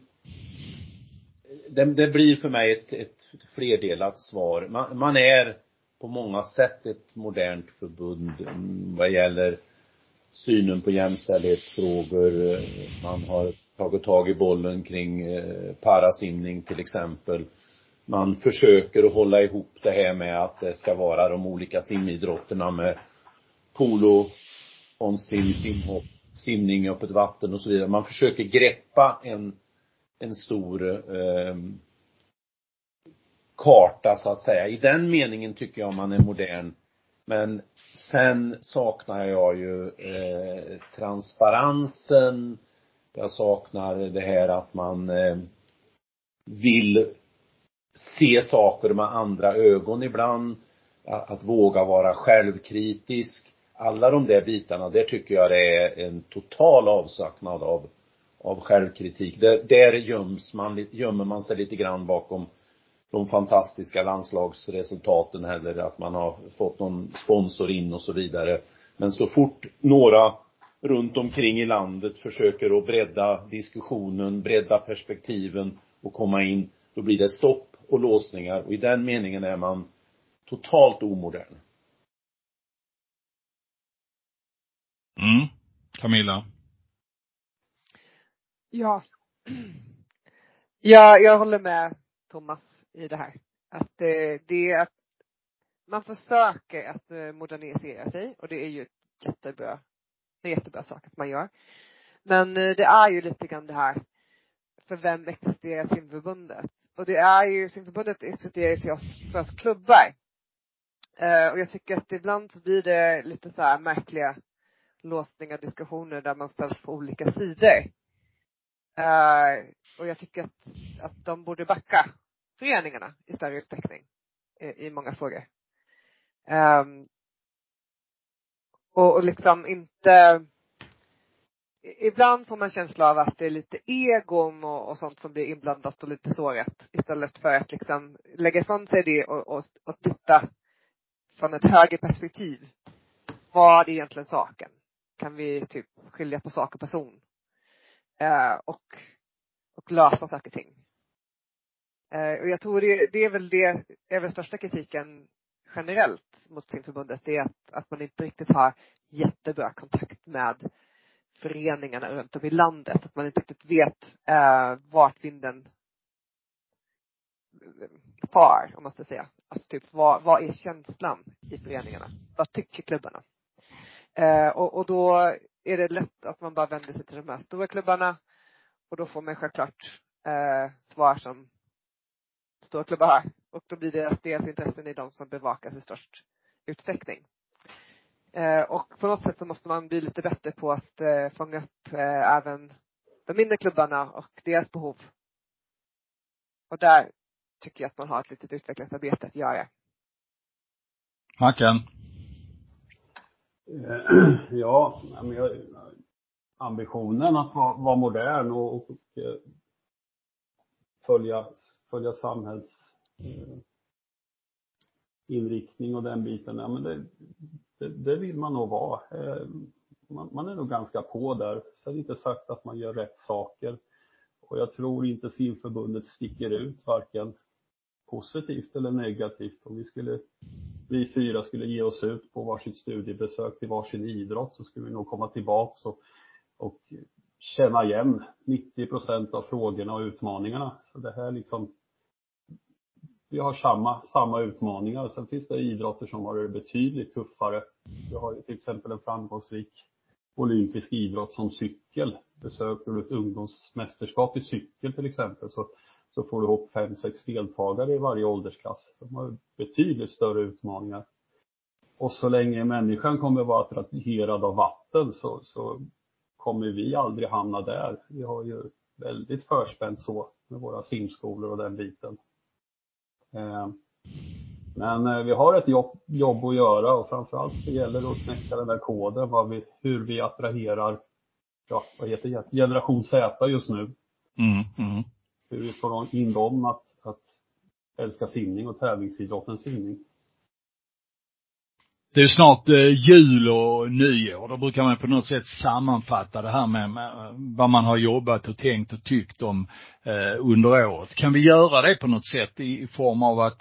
det blir för mig ett flerdelat svar. Man är på många sätt ett modernt förbund vad gäller synen på jämställdhetsfrågor. Man har tagit tag i bollen kring parasimning till exempel. Man försöker att hålla ihop det här med att det ska vara de olika simidrotterna med polo, konstsim, simhopp, simning i öppet vatten och så vidare. Man försöker greppa en stor karta så att säga. I den meningen tycker jag man är modern. Men sen saknar jag ju transparensen. Jag saknar det här att man vill se saker med andra ögon ibland. Att våga vara självkritisk. Alla de där bitarna, där tycker jag det är en total avsaknad av självkritik. Där gömmer man sig lite grann bakom de fantastiska landslagsresultaten eller att man har fått någon sponsor in och så vidare. Men så fort några runt omkring i landet försöker att bredda diskussionen, bredda perspektiven och komma in, då blir det stopp och låsningar. Och i den meningen är man totalt omodern. Camilla? Ja. Jag håller med Thomas i det här. Att det är att man försöker att modernisera sig och det är ju en jättebra sak att man gör. Men det är ju lite grann det här, för vem existerar simförbundet? Och det är ju, simförbundet existerar för oss klubbar. Och jag tycker att ibland så blir det lite så här märkliga låsningar, diskussioner där man ställs på olika sidor. Och jag tycker att de borde backa föreningarna i större utsträckning i många frågor. Och liksom inte, ibland får man känsla av att det är lite egon och sånt som blir inblandat och lite såret, istället för att liksom lägga ifrån sig det och titta från ett högre perspektiv. Vad är egentligen saken? Kan vi typ skilja på sak och person? Och lösa saker och ting. Och jag tror det är väl största kritiken generellt mot simförbundet, det är att man inte riktigt har jättebra kontakt med föreningarna runt om i landet. Att man inte riktigt vet vart vinden far, om man ska säga. Alltså typ, vad är känslan i föreningarna? Vad tycker klubbarna? Och då är det lätt att man bara vänder sig till de här stora klubbarna. Och då får man självklart svar som stora klubbar har. Och då blir det att deras intressen är de som bevakas i störst utsträckning. Och på något sätt så måste man bli lite bättre på att fånga upp även de mindre klubbarna och deras behov. Och där tycker jag att man har ett litet utvecklingsarbete att göra. Mackan? Ja, men ambitionen att vara modern och följa samhälls inriktning och den biten. Ja, men det vill man nog vara. Man är nog ganska på där. Så det är inte sagt att man gör rätt saker. Och jag tror inte simförbundet sticker ut varken positivt eller negativt. Om vi 4 skulle ge oss ut på varsitt studiebesök till varsin idrott, så skulle vi nog komma tillbaka och känna igen 90% av frågorna och utmaningarna. Så det här liksom, vi har samma utmaningar. Sen finns det idrotter som har det betydligt tuffare. Vi har till exempel en framgångsrik olympisk idrott som cykel. Besöker du ett ungdomsmästerskap i cykel till exempel, så får du ihop 5-6 deltagare i varje åldersklass. De har betydligt större utmaningar. Och så länge människan kommer vara attraherad av vatten, så kommer vi aldrig hamna där. Vi har ju väldigt förspänt så med våra simskolor och den biten. Men vi har ett jobb att göra, och framförallt det gäller att knäcka den där koden, hur vi attraherar, generation Z just nu. Hur vi får in dem att älska simning och tävlingsidrottens simning. Det är snart jul och nyår. Då brukar man på något sätt sammanfatta det här med vad man har jobbat och tänkt och tyckt om under året. Kan vi göra det på något sätt i form av att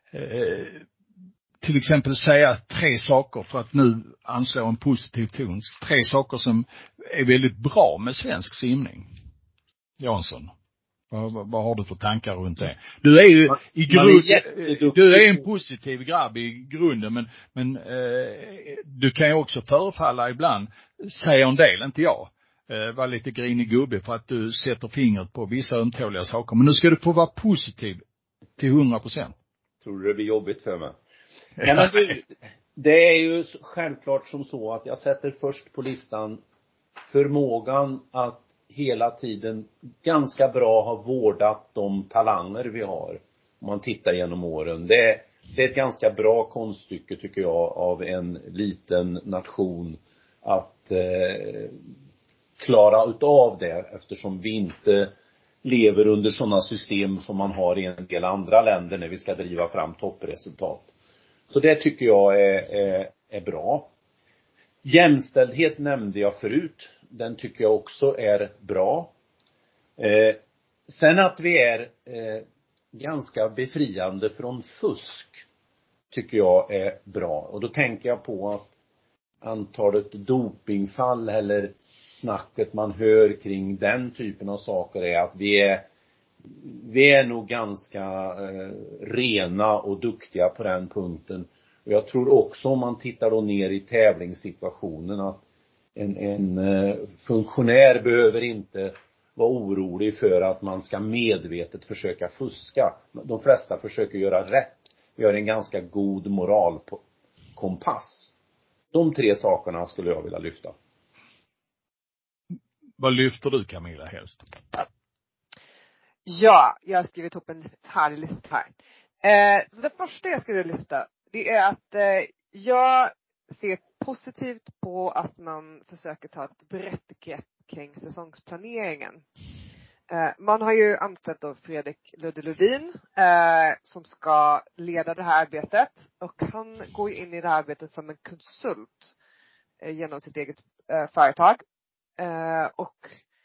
till exempel säga 3 saker, för att nu anslå en positiv ton, 3 saker som är väldigt bra med svensk simning? Jansson, vad har du för tankar runt det? Du är ju du är en positiv grabb i grunden, men du kan ju också förefalla ibland, säger en del, inte jag, var lite grinig gubbe för att du sätter fingret på vissa ömtåliga saker. Men nu ska du få vara positiv till 100%. Tror du det blir jobbigt för mig? Ja, men du, det är ju självklart som så att jag sätter först på listan förmågan att hela tiden ganska bra ha vårdat de talanger vi har. Om man tittar genom åren. Det är ett ganska bra konststycke tycker jag av en liten nation att klara utav det, eftersom vi inte lever under sådana system som man har i en del andra länder när vi ska driva fram toppresultat. Så det tycker jag är bra. Jämställdhet nämnde jag förut. Den tycker jag också är bra. Sen att vi är ganska befriande från fusk tycker jag är bra. Och då tänker jag på att antalet dopingfall eller snacket man hör kring den typen av saker är att vi är nog ganska rena och duktiga på den punkten. Och jag tror också, om man tittar då ner i tävlingssituationen, att en funktionär behöver inte vara orolig för att man ska medvetet försöka fuska. De flesta försöker göra rätt. Vi har en ganska god moralkompass. De 3 sakerna skulle jag vilja lyfta. Vad lyfter du, Camilla, helst? Ja, jag har skrivit ihop en härlig lista här. Så det första jag skulle lyfta, det är att jag ser positivt på att man försöker ta ett brett grepp kring säsongsplaneringen. Man har ju anställt då Fredrik Ludde-Lövin som ska leda det här arbetet, och han går in i det här arbetet som en konsult genom sitt eget företag. Och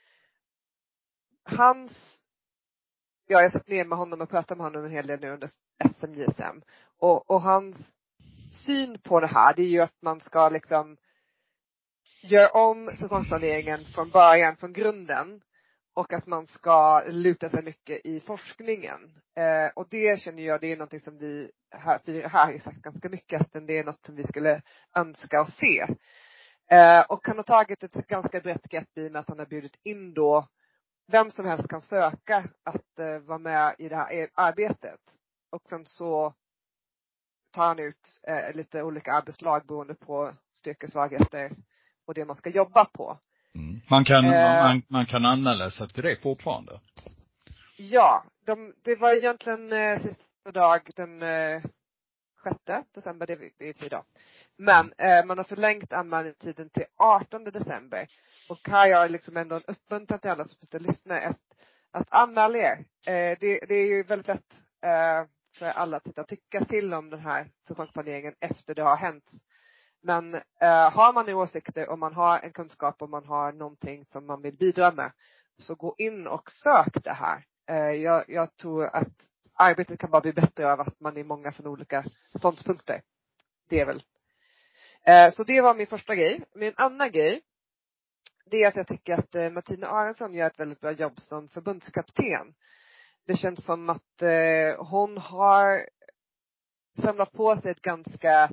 jag har sett ner med honom och pratat med honom en hel del nu under SM-JSM. Och hans syn på det här, det är ju att man ska liksom göra om säsongsplaneringen från början, från grunden. Och att man ska luta sig mycket i forskningen. Och det känner jag, det är något som vi här har sagt ganska mycket, att det är något som vi skulle önska och se. Och han har tagit ett ganska brett grepp i med att han har bjudit in då vem som helst kan söka att vara med i det här arbetet. Och sen så tar han ut lite olika arbetslag beroende på styrka, svagheter och det man ska jobba på. Man kan anmäla sig till det fortfarande. Ja, det var egentligen sista dag den 6 december, det är 10 dagar. Men man har förlängt anmälningstiden till 18 december. Och här har jag liksom ändå en uppmuntran till alla som ska lyssna att anmäla er. Det är ju väldigt lätt för alla att tycka till om den här säsongsplaneringen efter det har hänt. Men har man nu åsikter och man har en kunskap och man har någonting som man vill bidra med, så gå in och sök det här. Jag tror att arbetet kan bara bli bättre av att man är många från olika ståndpunkter. Det är väl. Så det var min första grej. Min andra grej, det är att jag tycker att Martina Aronsson gör ett väldigt bra jobb som förbundskapten. Det känns som att hon har samlat på sig ett ganska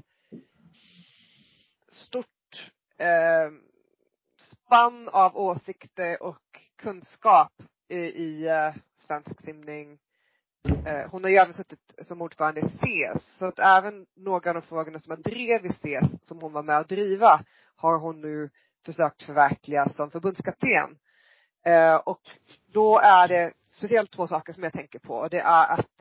stort spann av åsikter och kunskap i svensk simning. Hon har ju även suttit som ordförande i CES. Så att även några av de frågorna som man drev i CES, som hon var med att driva, har hon nu försökt förverkliga som förbundskapten. Och då är det speciellt 2 saker som jag tänker på. Det är att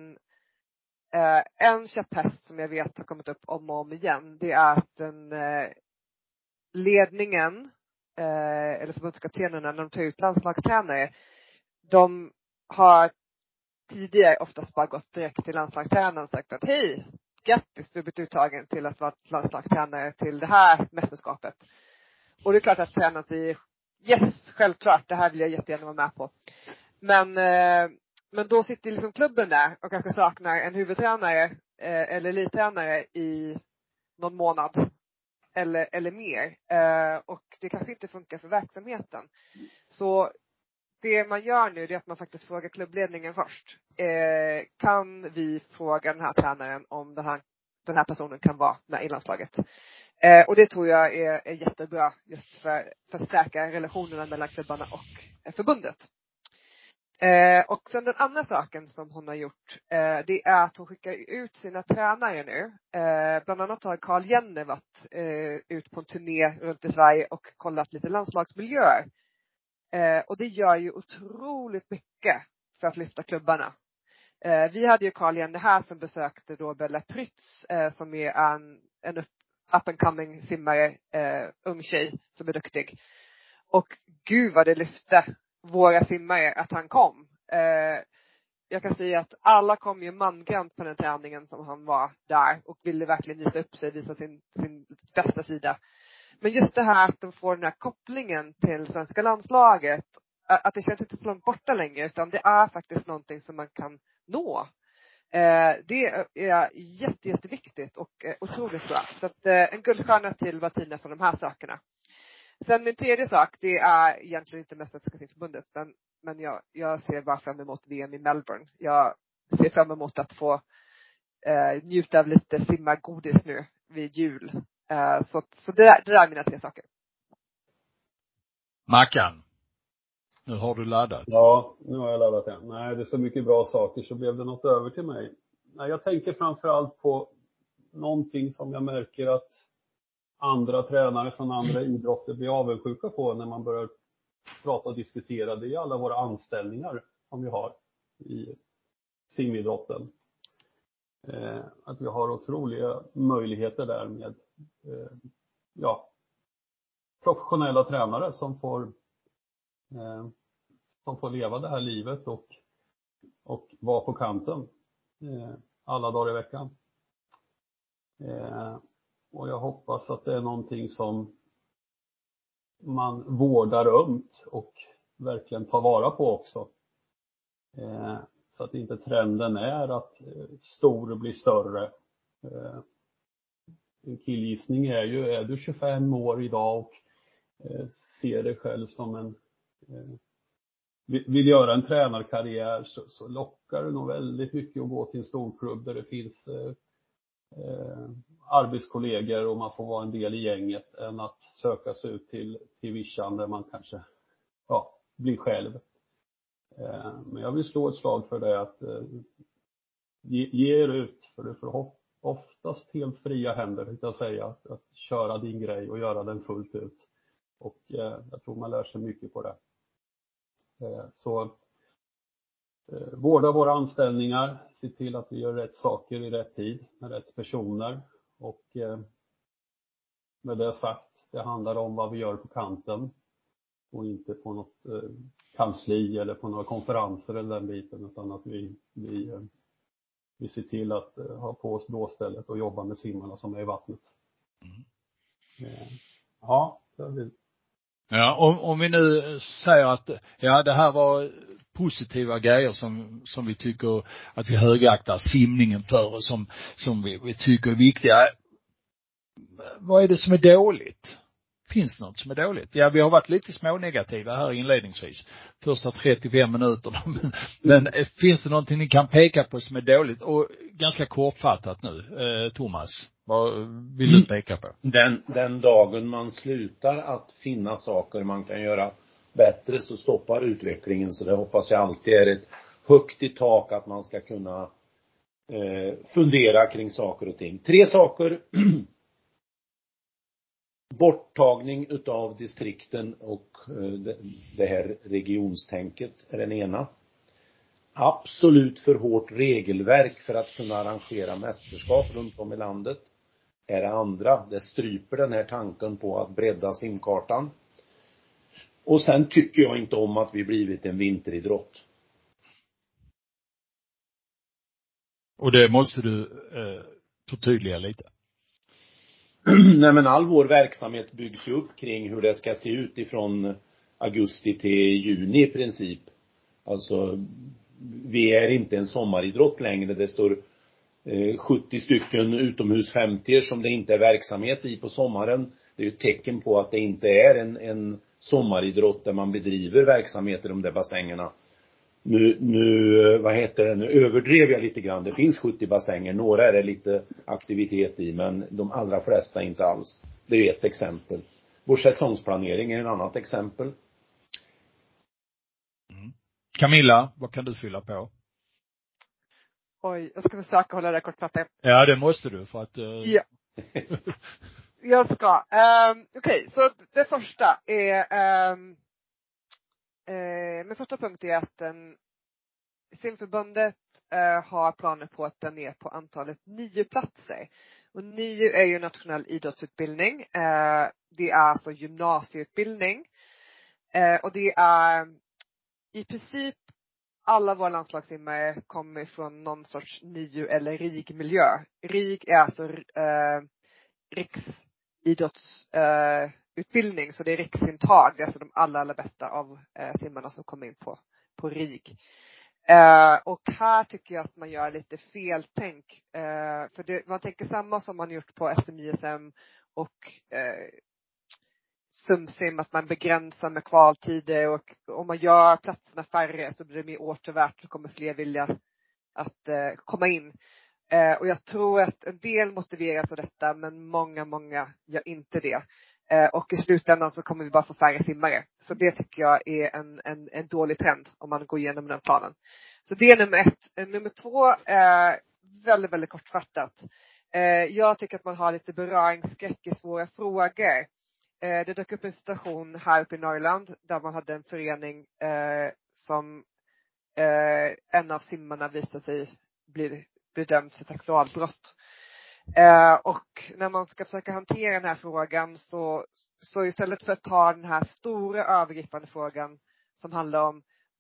en käpphäst som jag vet har kommit upp om och om igen. Det är att ledningen eller förbundskaptenerna, när de tar ut landslagstränare, de har tidigare oftast bara gått direkt till landslagstränaren och sagt att hej, grattis, du har blivit uttagen till att vara landslagstränare till det här mästerskapet. Och det är klart att tränaren säger yes, självklart, det här vill jag jättegärna vara med på. Men då sitter liksom klubben där och kanske saknar en huvudtränare eller elittränare i någon månad eller mer. Och det kanske inte funkar för verksamheten. Så det man gör nu är att man faktiskt frågar klubbledningen först. Kan vi fråga den här tränaren om den här personen kan vara med i landslaget? Och det tror jag är jättebra just för att stärka relationerna mellan klubbarna och förbundet. Och sen den andra saken som hon har gjort, det är att hon skickar ut sina tränare nu. Bland annat har Carl Jenner varit ut på en turné runt i Sverige och kollat lite landslagsmiljöer. Och det gör ju otroligt mycket för att lyfta klubbarna. Vi hade ju Carl Jenner här som besökte då Bella Prytz, som är en up and coming simmare, ung tjej som är duktig. Och gud vad det lyfte våra simmare att han kom. Jag kan säga att alla kom ju mangrant på den träningen som han var där och ville verkligen visa upp sig, visa sin bästa sida. Men just det här att de får den här kopplingen till svenska landslaget, att det känns inte så långt borta längre, utan det är faktiskt någonting som man kan nå. Det är jätteviktigt och otroligt bra. Så att en guldstjärna till Martina för de här sakerna. Sen min tredje sak, det är egentligen inte mest förbundet, men jag ser bara fram emot VM i Melbourne. Jag ser fram emot att få njuta av lite simmargodis nu vid jul. Så det där är mina 3 saker. Mackan, nu har du laddat. Ja, nu har jag laddat igen. Nej, det är så mycket bra saker, så blev det något över till mig. Nej, jag tänker framförallt på någonting som jag märker att andra tränare från andra idrotter blir avundsjuka på när man börjar prata och diskutera. Det är alla våra anställningar som vi har i simidrotten. Att vi har otroliga möjligheter där med professionella tränare som får leva det här livet och vara på kanten alla dagar i veckan. Och jag hoppas att det är någonting som man vårdar ömt och verkligen tar vara på också. Så att inte trenden är att stor blir större. En killgissning är du 25 år idag och ser dig själv som vill göra en tränarkarriär, så lockar det nog väldigt mycket att gå till en storklubb där det finns arbetskollegor och man får vara en del i gänget, än att söka sig ut till vischan där man kanske blir själv. Men jag vill slå ett slag för det, att ge er ut, för du får oftast helt fria händer, vill jag säga, att köra din grej och göra den fullt ut. Och jag tror man lär sig mycket på det. Så vårda våra anställningar, se till att vi gör rätt saker i rätt tid med rätt personer. Och med det sagt, det handlar om vad vi gör på kanten och inte på något kansli eller på några konferenser eller den biten, utan att vi ser till att ha på oss blåstället och jobba med simmarna som är i vattnet. Ja, det vill. Ja, om vi nu säger att det här var positiva grejer som vi tycker att vi högaktar simningen för och som vi tycker är viktiga. Vad är det som är dåligt? Finns det något som är dåligt? Ja, vi har varit lite smånegativa här inledningsvis. Första 35 minuterna. Men finns det någonting ni kan peka på som är dåligt? Och ganska kortfattat nu. Thomas, vad vill du peka på? Den dagen man slutar att finna saker man kan göra bättre så stoppar utvecklingen. Så det hoppas jag alltid är ett högt i tak att man ska kunna fundera kring saker och ting. 3 saker. Borttagning utav distrikten och det här regionstänket är den ena. Absolut för hårt regelverk för att kunna arrangera mästerskap runt om i landet är det andra. Det stryper den här tanken på att bredda simkartan. Och sen tycker jag inte om att vi blivit en vinteridrott. Och det måste du förtydliga lite. Nej, men all vår verksamhet byggs ju upp kring hur det ska se ut ifrån augusti till juni i princip. Alltså, vi är inte en sommaridrott längre. Det står 70 stycken utomhus 50 som det inte är verksamhet i på sommaren. Det är ju ett tecken på att det inte är en sommaridrott där man bedriver verksamheter i de där bassängerna. Nu överdrev jag lite grann. Det finns 70 bassänger. Några är det lite aktivitet i, men de allra flesta inte alls. Det är ju ett exempel. Vår säsongsplanering är en annat exempel. Camilla, vad kan du fylla på? Oj, jag ska försöka hålla det kortfattat. Ja, det måste du för att... Ja. Jag ska. Okej, så det första är min första punkt är att simförbundet har planer på att dra ner på antalet 9 platser. Och 9 är ju nationell idrottsutbildning. Det är alltså gymnasieutbildning. Och det är i princip alla våra landslagssimmare kommer från någon sorts NIU eller RIG-miljö. RIG är alltså riksidrottsutbildning, så det är riksintag. Det är alltså de allra bästa av simmarna som kommer in på RIG. Och här tycker jag att man gör lite feltänk. För man tänker samma som man gjort på SMISM och SumSim, att man begränsar med kvaltider, och om man gör platserna färre så blir det mer återvärt, så kommer fler vilja att komma in. Och jag tror att en del motiveras av detta, men många gör inte det. Och i slutändan så kommer vi bara få färre simmare. Så det tycker jag är en dålig trend om man går igenom den planen. Så det är nummer 1. Nummer 2 är väldigt, väldigt kortfattat. Jag tycker att man har lite beröringsskräck i svåra frågor. Det dök upp en situation här uppe i Norrland där man hade en förening som en av simmarna visade sig bli dömd för sexualbrott. Och när man ska försöka hantera den här frågan så istället för att ta den här stora övergripande frågan som handlar om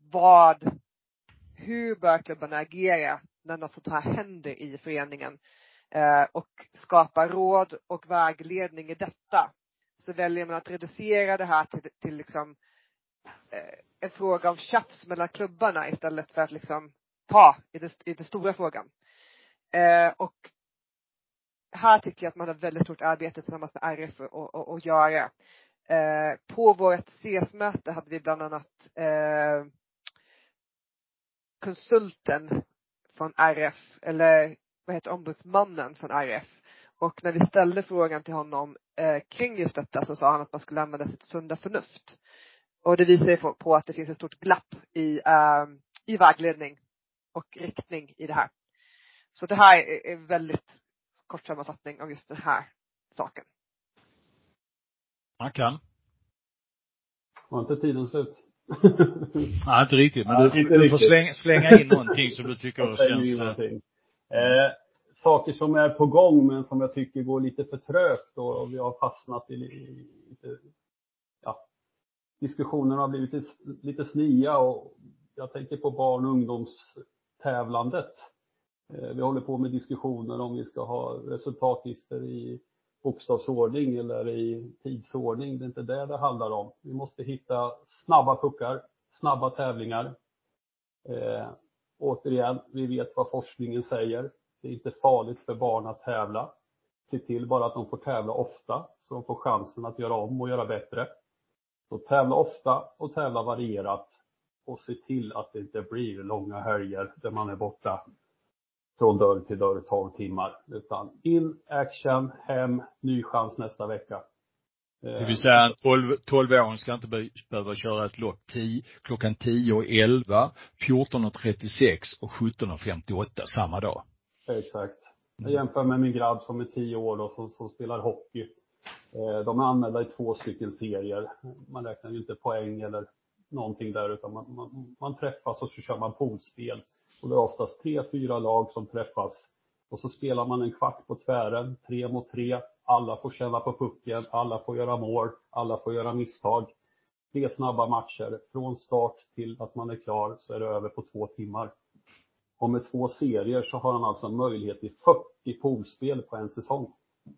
hur bör klubbarna agera när något sånt här händer i föreningen, och skapa råd och vägledning i detta, så väljer man att reducera det här till liksom en fråga om tjafs mellan klubbarna istället för att liksom ta i den stora frågan. Och här tycker jag att man har väldigt stort arbete tillsammans med RF och göra. På vårt CS-möte hade vi bland annat konsulten från RF, eller vad heter ombudsmannen från RF. Och när vi ställde frågan till honom kring just detta, så sa han att man skulle använda sitt sunda förnuft. Och det visar ju på att det finns ett stort glapp i vägledning och riktning i det här. Så det här är väldigt kort sammanfattning av just den här saken. Man kan. Var inte tiden slut? Nej, inte riktigt. Men du får slänga in någonting som du tycker känns... Saker som är på gång men som jag tycker går lite för trögt, och vi har fastnat i lite, diskussionerna har blivit lite snia, och jag tänker på barn- och ungdomstävlandet. Vi håller på med diskussioner om vi ska ha resultatlistor i bokstavsordning eller i tidsordning. Det är inte det handlar om. Vi måste hitta snabba puckar, snabba tävlingar. Återigen, vi vet vad forskningen säger. Det är inte farligt för barn att tävla. Se till bara att de får tävla ofta så de får chansen att göra om och göra bättre. Så tävla ofta och tävla varierat. Och se till att det inte blir långa helger där man är borta från dörr till dörr 12 timmar. Utan in, action, hem, ny chans nästa vecka. Det vill säga en 12-åring ska inte behöva köra ett lopp klockan 10:11, 14:36 och 17:58 samma dag. Exakt. Jag jämför med min grabb som är 10 år och som spelar hockey. De är anmälda i 2 stycken serier. Man räknar ju inte poäng eller någonting där, utan man träffas och så kör man poolspel. Och det är oftast 3-4 lag som träffas. Och så spelar man en kvart på tvären, 3 mot 3. Alla får känna på pucken, alla får göra mål, alla får göra misstag. 3 snabba matcher. Från start till att man är klar så är det över på 2 timmar. Och med 2 serier så har han alltså en möjlighet till 40 poolspel på en säsong.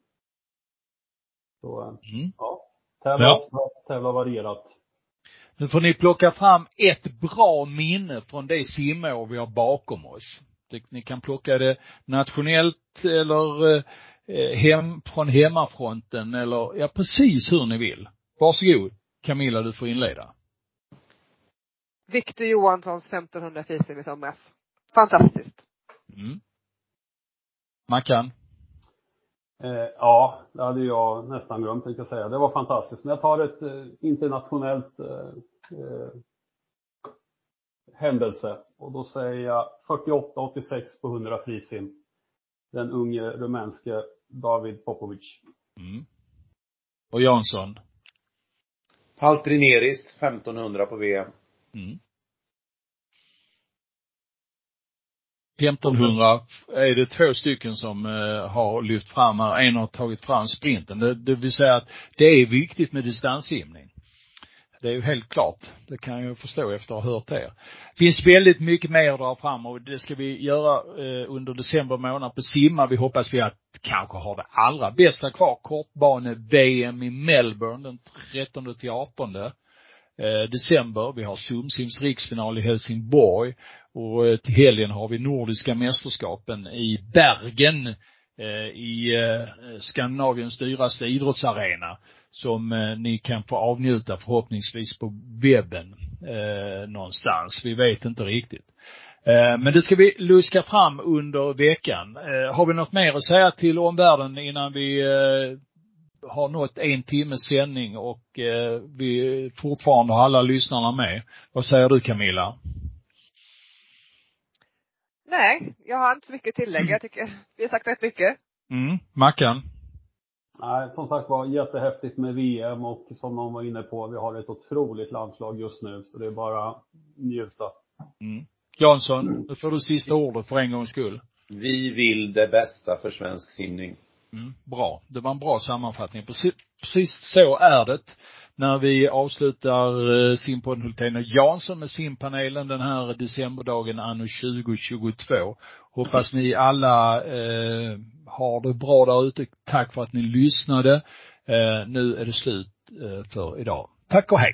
Så ja, tävla varierat. Nu får ni plocka fram ett bra minne från det simår vi har bakom oss. Ni kan plocka det nationellt eller från hemmafronten eller precis hur ni vill. Varsågod, Camilla, du får inleda. Victor Johanssons 1500 frisim i somras. Fantastiskt. Mackan? Ja, det hade jag nästan glömt, tänkte jag säga. Det var fantastiskt. Men jag tar ett internationellt händelse. Och då säger jag 48-86 på 100 frisim. Den unge rumänske David Popovic. Och Jansson? Paltrineris 1500 på VM. 1500 är det 2 stycken som har lyft fram här. En har tagit fram sprinten. Det vill säga att det är viktigt med distanssimning. Det är ju helt klart. Det kan jag förstå efter att ha hört det. Det finns väldigt mycket mer att dra fram och det ska vi göra under december månad på simma. Vi hoppas vi att kanske har det allra bästa kvar. Kortbane-VM i Melbourne den 13-18 december. Vi har Sumsims riksfinal i Helsingborg. Och till helgen har vi nordiska mästerskapen i Bergen i Skandinaviens dyraste idrottsarena som ni kan få avnjuta förhoppningsvis på webben någonstans. Vi vet inte riktigt. Men det ska vi luska fram under veckan. Har vi något mer att säga till omvärlden innan vi har nått 1 timmes sändning och vi fortfarande har alla lyssnarna med? Vad säger du, Camilla? Nej, jag har inte så mycket att tillägga. Jag tycker vi har sagt rätt mycket. Mackan? Nej, som sagt var jättehäftigt med VM och som någon var inne på, vi har ett otroligt landslag just nu. Så det är bara njuta. Jansson, nu får du sista ordet för en gångs skull. Vi vill det bästa för svensk simning. Bra, det var en bra sammanfattning. Precis så är det när vi avslutar Simpodden Hultén och Jansson med simpanelen den här decemberdagen anno 2022. Hoppas ni alla har det bra där ute. Tack för att ni lyssnade. Nu är det slut för idag. Tack och hej.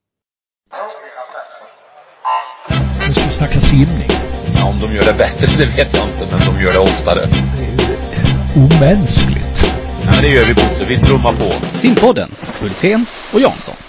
Nu ska vi snacka simning. Ja, om de gör det bättre, det vet jag inte, men de gör det oftare. Det är omänskligt. Ja, men det gör vi, Bosse. Vi trummar på. Simpodden, Hultén och Jansson.